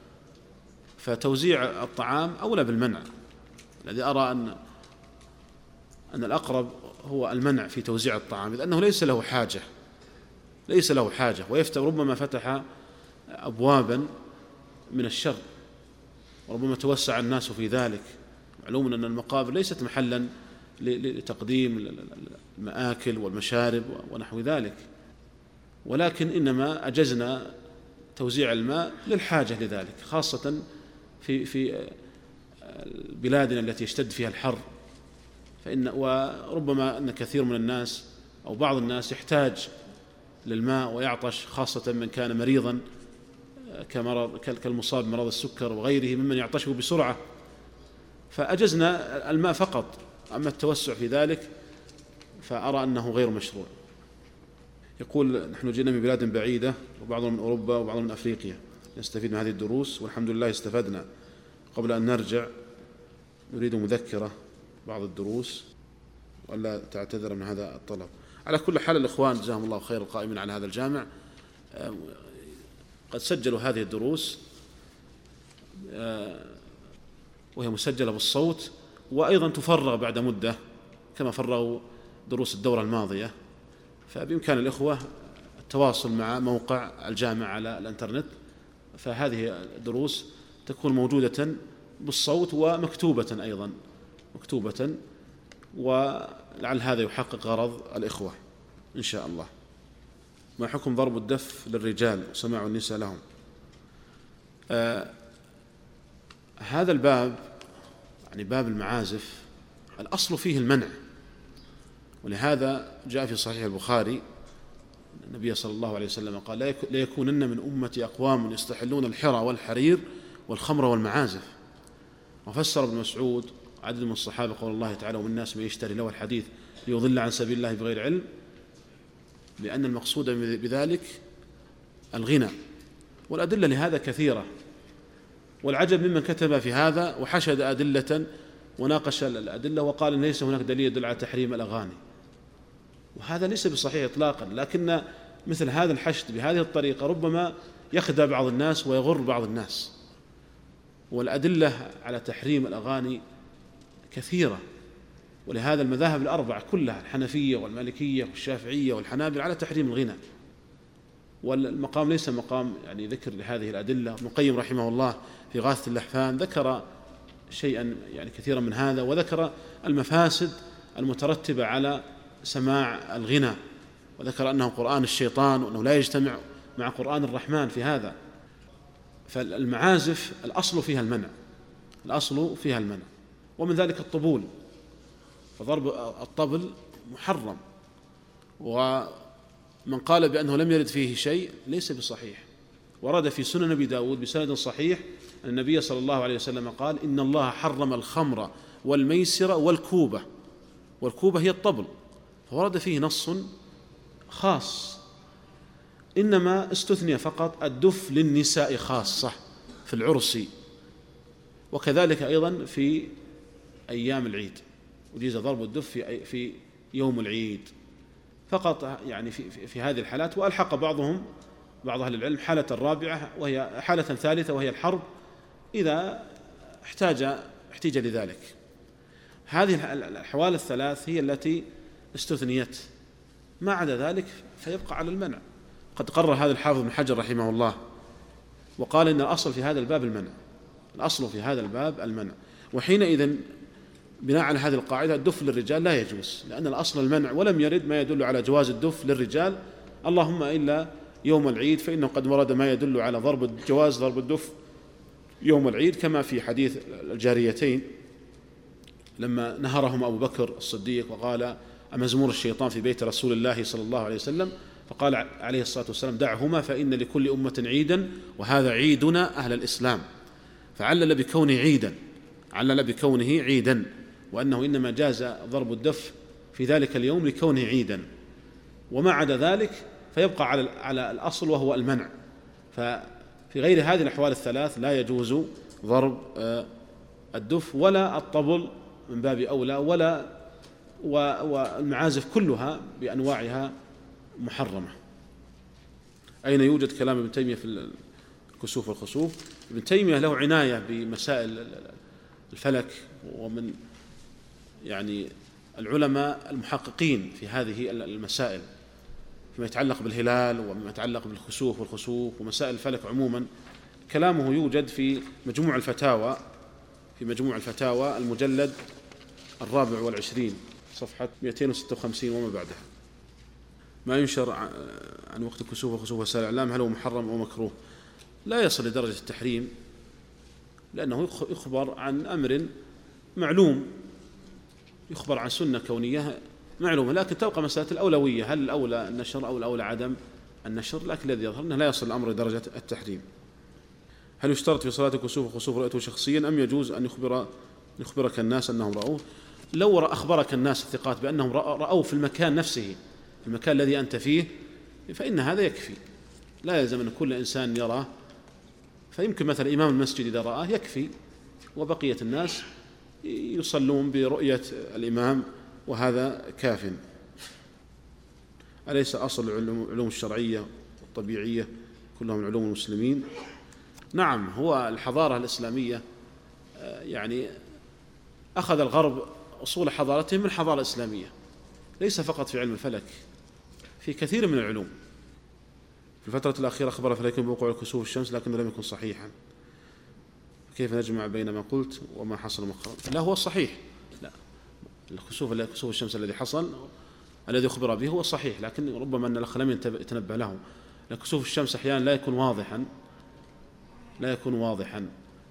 S2: فتوزيع الطعام أولى بالمنع. الذي أرى أن أن الأقرب هو المنع في توزيع الطعام، لأنه ليس له حاجة ليس له حاجة ويفتح ربما فتح أبوابا من الشر، وربما توسع الناس في ذلك. معلوم أن المقابر ليست محلا لتقديم المآكل والمشارب ونحو ذلك، ولكن إنما أجزنا توزيع الماء للحاجة لذلك، خاصة في في بلادنا التي يشتد فيها الحر، فإن وربما أن كثير من الناس أو بعض الناس يحتاج للماء ويعطش، خاصة من كان مريضا كمرض كالمصاب بمرض السكر وغيره ممن يعطشه بسرعة، فأجزنا الماء فقط. أما التوسع في ذلك فأرى أنه غير مشروع. يقول: نحن جئنا من بلاد بعيدة، وبعضنا من أوروبا وبعضنا من أفريقيا، نستفيد من هذه الدروس والحمد لله استفدنا. قبل أن نرجع نريد مذكرة بعض الدروس ولا تعتذر من هذا الطلب. على كل حال الإخوان جزاهم الله خير القائمين على هذا الجامع قد سجلوا هذه الدروس وهي مسجلة بالصوت، وأيضا تفرغ بعد مدة كما فرغوا دروس الدورة الماضية، فبإمكان الإخوة التواصل مع موقع الجامع على الإنترنت، فهذه الدروس تكون موجودة بالصوت ومكتوبة أيضا مكتوبة، ولعل هذا يحقق غرض الإخوة إن شاء الله. ما حكم ضرب الدف للرجال وسماع النساء لهم؟ آه هذا الباب يعني باب المعازف الأصل فيه المنع، ولهذا جاء في صحيح البخاري النبي صلى الله عليه وسلم قال: لا يكونن من أمتي أقوام يستحلون الحرى والحرير والخمر والمعازف. وفسر ابن مسعود عدد من الصحابة قول الله تعالى: ومن الناس من يشتري له الحديث ليضل عن سبيل الله بغير علم، لأن المقصود بذلك الغنى، والأدلة لهذا كثيرة. والعجب ممن كتب في هذا وحشد أدلة وناقش الأدلة وقال إن ليس هناك دليل يدل على تحريم الأغاني، وهذا ليس بصحيح إطلاقا. لكن مثل هذا الحشد بهذه الطريقة ربما يخدع بعض الناس ويغر بعض الناس، والأدلة على تحريم الأغاني كثيرة. ولهذا المذاهب الأربعة كلها الحنفية والمالكية والشافعية والحنابلة على تحريم الغنى، والمقام ليس مقام يعني ذكر لهذه الأدلة. ابن القيم رحمه الله في غاثة اللحفان ذكر شيئا يعني كثيرا من هذا، وذكر المفاسد المترتبة على سماع الغنى، وذكر أنه قرآن الشيطان وأنه لا يجتمع مع قرآن الرحمن في هذا. فالمعازف الأصل فيها المنع الأصل فيها المنع ومن ذلك الطبول، فضرب الطبل محرم، ومن قال بأنه لم يرد فيه شيء ليس بصحيح. ورد في سنن أبي داود بسند صحيح أن النبي صلى الله عليه وسلم قال: إن الله حرم الخمر والميسر والكوبة، والكوبة هي الطبل، فورد فيه نص خاص. إنما استثني فقط الدف للنساء خاصة في العرس، وكذلك أيضا في أيام العيد، وجيز ضرب الدف في في يوم العيد فقط، يعني في في, في هذه الحالات. وألحق بعضهم بعض أهل العلم حالة الرابعة وهي حالة ثالثة وهي الحرب إذا احتاج احتاج لذلك. هذه الأحوال الثلاث هي التي استثنيت، ما عدا ذلك فيبقى على المنع. قد قرر هذا الحافظ بن حجر رحمه الله وقال إن الأصل في هذا الباب المنع الأصل في هذا الباب المنع وحينئذ بناء على هذه القاعدة الدف للرجال لا يجوز، لأن الأصل المنع، ولم يرد ما يدل على جواز الدف للرجال، اللهم إلا يوم العيد، فإنه قد ورد ما يدل على ضرب جواز ضرب الدف يوم العيد، كما في حديث الجاريتين لما نهرهم أبو بكر الصديق وقال: أمزمور الشيطان في بيت رسول الله صلى الله عليه وسلم، فقال عليه الصلاة والسلام: دعهما فإن لكل أمة عيدا وهذا عيدنا أهل الإسلام. فعلل بكونه عيدا علل بكونه عيدا وأنه إنما جاز ضرب الدف في ذلك اليوم لكونه عيدا، وما عدا ذلك فيبقى على على الأصل وهو المنع. ففي غير هذه الأحوال الثلاث لا يجوز ضرب الدف ولا الطبل من باب أولى، ولا والمعازف كلها بأنواعها محرمة. أين يوجد كلام ابن تيمية في الكسوف والخسوف؟ ابن تيمية له عناية بمسائل الفلك، ومن يعني العلماء المحققين في هذه المسائل فيما يتعلق بالهلال وما يتعلق بالخسوف والخسوف ومسائل الفلك عموما. كلامه يوجد في مجموع الفتاوى، في مجموع الفتاوى المجلد الرابع والعشرين صفحة مئتين وستة وخمسين وما بعدها. ما ينشر عن وقت الكسوف والخسوف وسائل الإعلام هل هو محرم أو مكروه؟ لا يصل لدرجة التحريم، لأنه يخبر عن أمر معلوم، يخبر عن سنة كونية معلومة، لكن تبقى مسألة الأولوية، هل الأولى النشر أو الأولى عدم النشر. لكن الذي يظهر أنه لا يصل الأمر لدرجة التحريم. هل يشترط في صلاة الكسوف والخسوف رؤيته شخصيا أم يجوز أن يخبر يخبرك الناس أنهم رأوه؟ لو أخبرك الناس الثقات بأنهم رأوه في المكان نفسه، في المكان الذي أنت فيه، فإن هذا يكفي، لا يلزم أن كل إنسان يراه. فيمكن مثلا إمام المسجد إذا رآه يكفي، وبقية الناس يصلون برؤية الإمام، وهذا كاف. أليس أصل العلوم الشرعية والطبيعية كلها من علوم المسلمين؟ نعم، هو الحضارة الإسلامية يعني أخذ الغرب أصول حضارتهم من الحضارة الإسلامية، ليس فقط في علم الفلك، في كثير من العلوم. في الفترة الأخيرة أخبر فليكن بوقوع الكسوف الشمس لكنه لم يكن صحيحا، كيف نجمع بين ما قلت وما حصل مؤخرا؟ لا، هو الصحيح، لا الكسوف كسوف الشمس الذي حصل الذي أخبر به هو الصحيح، لكن ربما أن الأخ لم يتنبه له. كسوف الشمس أحيانا لا يكون واضحا لا يكون واضحا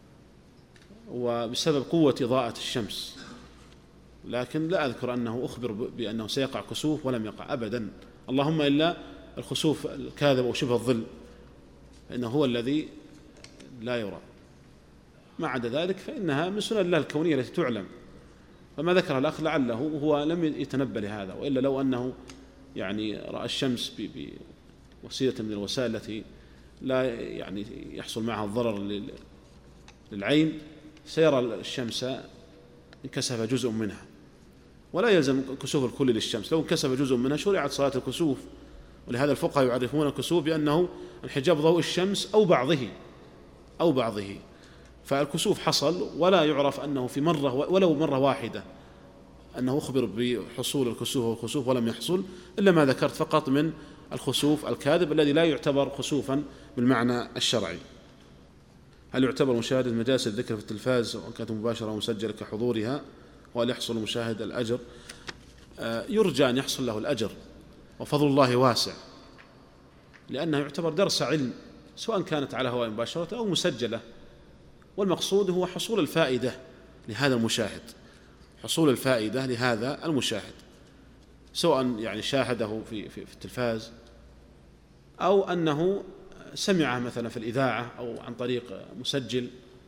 S2: وبسبب قوة إضاءة الشمس، لكن لا أذكر أنه أخبر بأنه سيقع كسوف ولم يقع أبدا، اللهم إلا الخسوف الكاذب أو شبه الظل فإنه هو الذي لا يرى. ما عدا ذلك فإنها من سنن الله الكونية التي تعلم، فما ذكر الأخ لعله هو لم يتنبه لهذا، وإلا لو أنه يعني رأى الشمس بوسيلة من الوسائل التي لا يعني يحصل معها الضرر للعين سيرى الشمس انكسف جزء منها، ولا يلزم كسوف الكل للشمس. لو انكسف جزء منها شرعت صلاة الكسوف، ولهذا الفقهاء يعرفون الكسوف بأنه انحجاب ضوء الشمس أو بعضه أو بعضه فالكسوف حصل ولا يعرف أنه في مرة ولو مرة واحدة أنه أخبر بحصول الكسوف والخسوف ولم يحصل، إلا ما ذكرت فقط من الخسوف الكاذب الذي لا يعتبر خسوفا بالمعنى الشرعي. هل يعتبر مشاهدة مجالس الذكر في التلفاز وإن كانت مباشرة أو مسجلة كحضورها، وهل يحصل مشاهد الأجر؟ يرجى أن يحصل له الأجر، وفضل الله واسع، لأنه يعتبر درس علم سواء كانت على هواء مباشرة أو مسجلة، والمقصود هو حصول الفائدة لهذا المشاهد، حصول الفائدة لهذا المشاهد سواء يعني شاهده في في التلفاز أو أنه سمعه مثلا في الإذاعة أو عن طريق مسجل،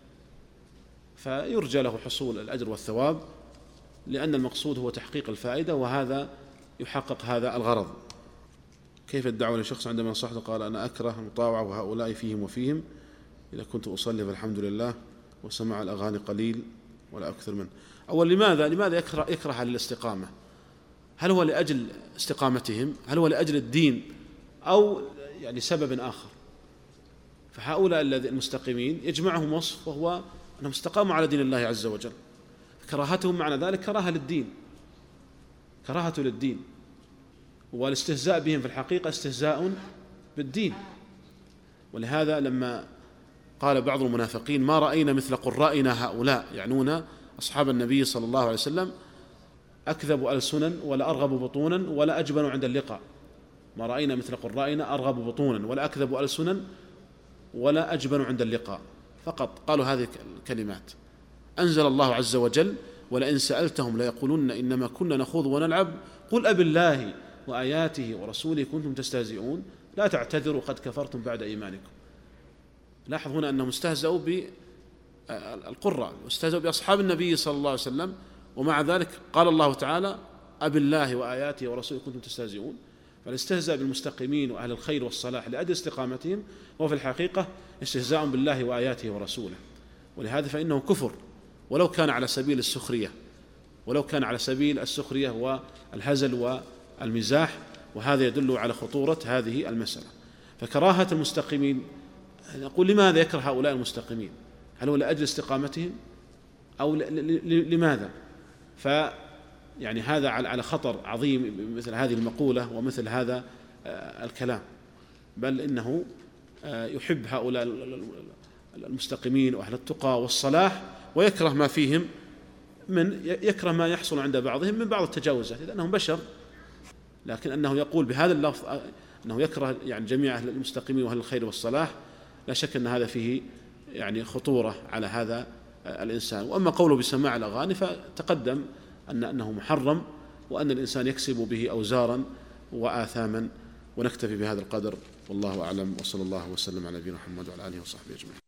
S2: فيرجى له حصول الأجر والثواب، لأن المقصود هو تحقيق الفائدة، وهذا يحقق هذا الغرض. كيف الدعوة لشخص عندما نصحته قال أنا أكره المطاوعة وهؤلاء فيهم وفيهم، إذا كنت أصلي فالحمد لله وسمع الأغاني قليل ولا أكثر منه. أول لماذا لماذا يكره يكره على الاستقامة؟ هل هو لأجل استقامتهم؟ هل هو لأجل الدين أو يعني سبب آخر؟ فهؤلاء الذين المستقيمين يجمعهم وصف وهو أنهم استقاموا على دين الله عز وجل، كراهتهم معنى ذلك كراهة للدين، كراهة للدين، والاستهزاء بهم في الحقيقة استهزاء بالدين. ولهذا لما قال بعض المنافقين ما رأينا مثل قرائنا هؤلاء، يعنون أصحاب النبي صلى الله عليه وسلم، أكذب ألسنا ولا أرغب بطونا ولا أجبن عند اللقاء، ما رأينا مثل قرائنا أرغب بطونا ولا أكذب ألسنا ولا أجبن عند اللقاء، فقط قالوا هذه الكلمات. أنزل الله عز وجل ولئن سألتهم ليقولن إنما كنا نخوض ونلعب قل أب الله وآياته ورسوله كنتم تستهزئون لا تعتذروا قد كفرتم بعد إيمانكم. لاحظ هنا أنهم استهزأوا بالقراء واستهزأوا بأصحاب النبي صلى الله عليه وسلم، ومع ذلك قال الله تعالى أب الله وآياته ورسوله كنتم تستهزئون. فالاستهزاء بالمستقيمين وأهل الخير والصلاح لأجل استقامتهم هو في الحقيقة استهزاء بالله وآياته ورسوله، ولهذا فإنه كفر ولو كان على سبيل السخرية، ولو كان على سبيل السخرية والهزل والمزاح، وهذا يدل على خطورة هذه المسألة. فكراهة المستقيمين، نقول لماذا يكره هؤلاء المستقيمين؟ هل هو لأجل استقامتهم أو لماذا؟ ف يعني هذا على خطر عظيم مثل هذه المقولة ومثل هذا الكلام، بل إنه يحب هؤلاء المستقيمين وأهل التقى والصلاح ويكره ما فيهم، من يكره ما يحصل عند بعضهم من بعض التجاوزات، لأنهم بشر. لكن أنه يقول بهذا اللفظ أنه يكره يعني جميع أهل المستقيمين وأهل الخير والصلاح، لا شك أن هذا فيه يعني خطورة على هذا الإنسان. وأما قوله بسماع الأغاني فتقدم أن أنه محرم، وأن الإنسان يكسب به أوزارا وآثاما. ونكتفي بهذا القدر، والله أعلم، وصلى الله وسلم على نبينا محمد وعلى آله وصحبه أجمعين.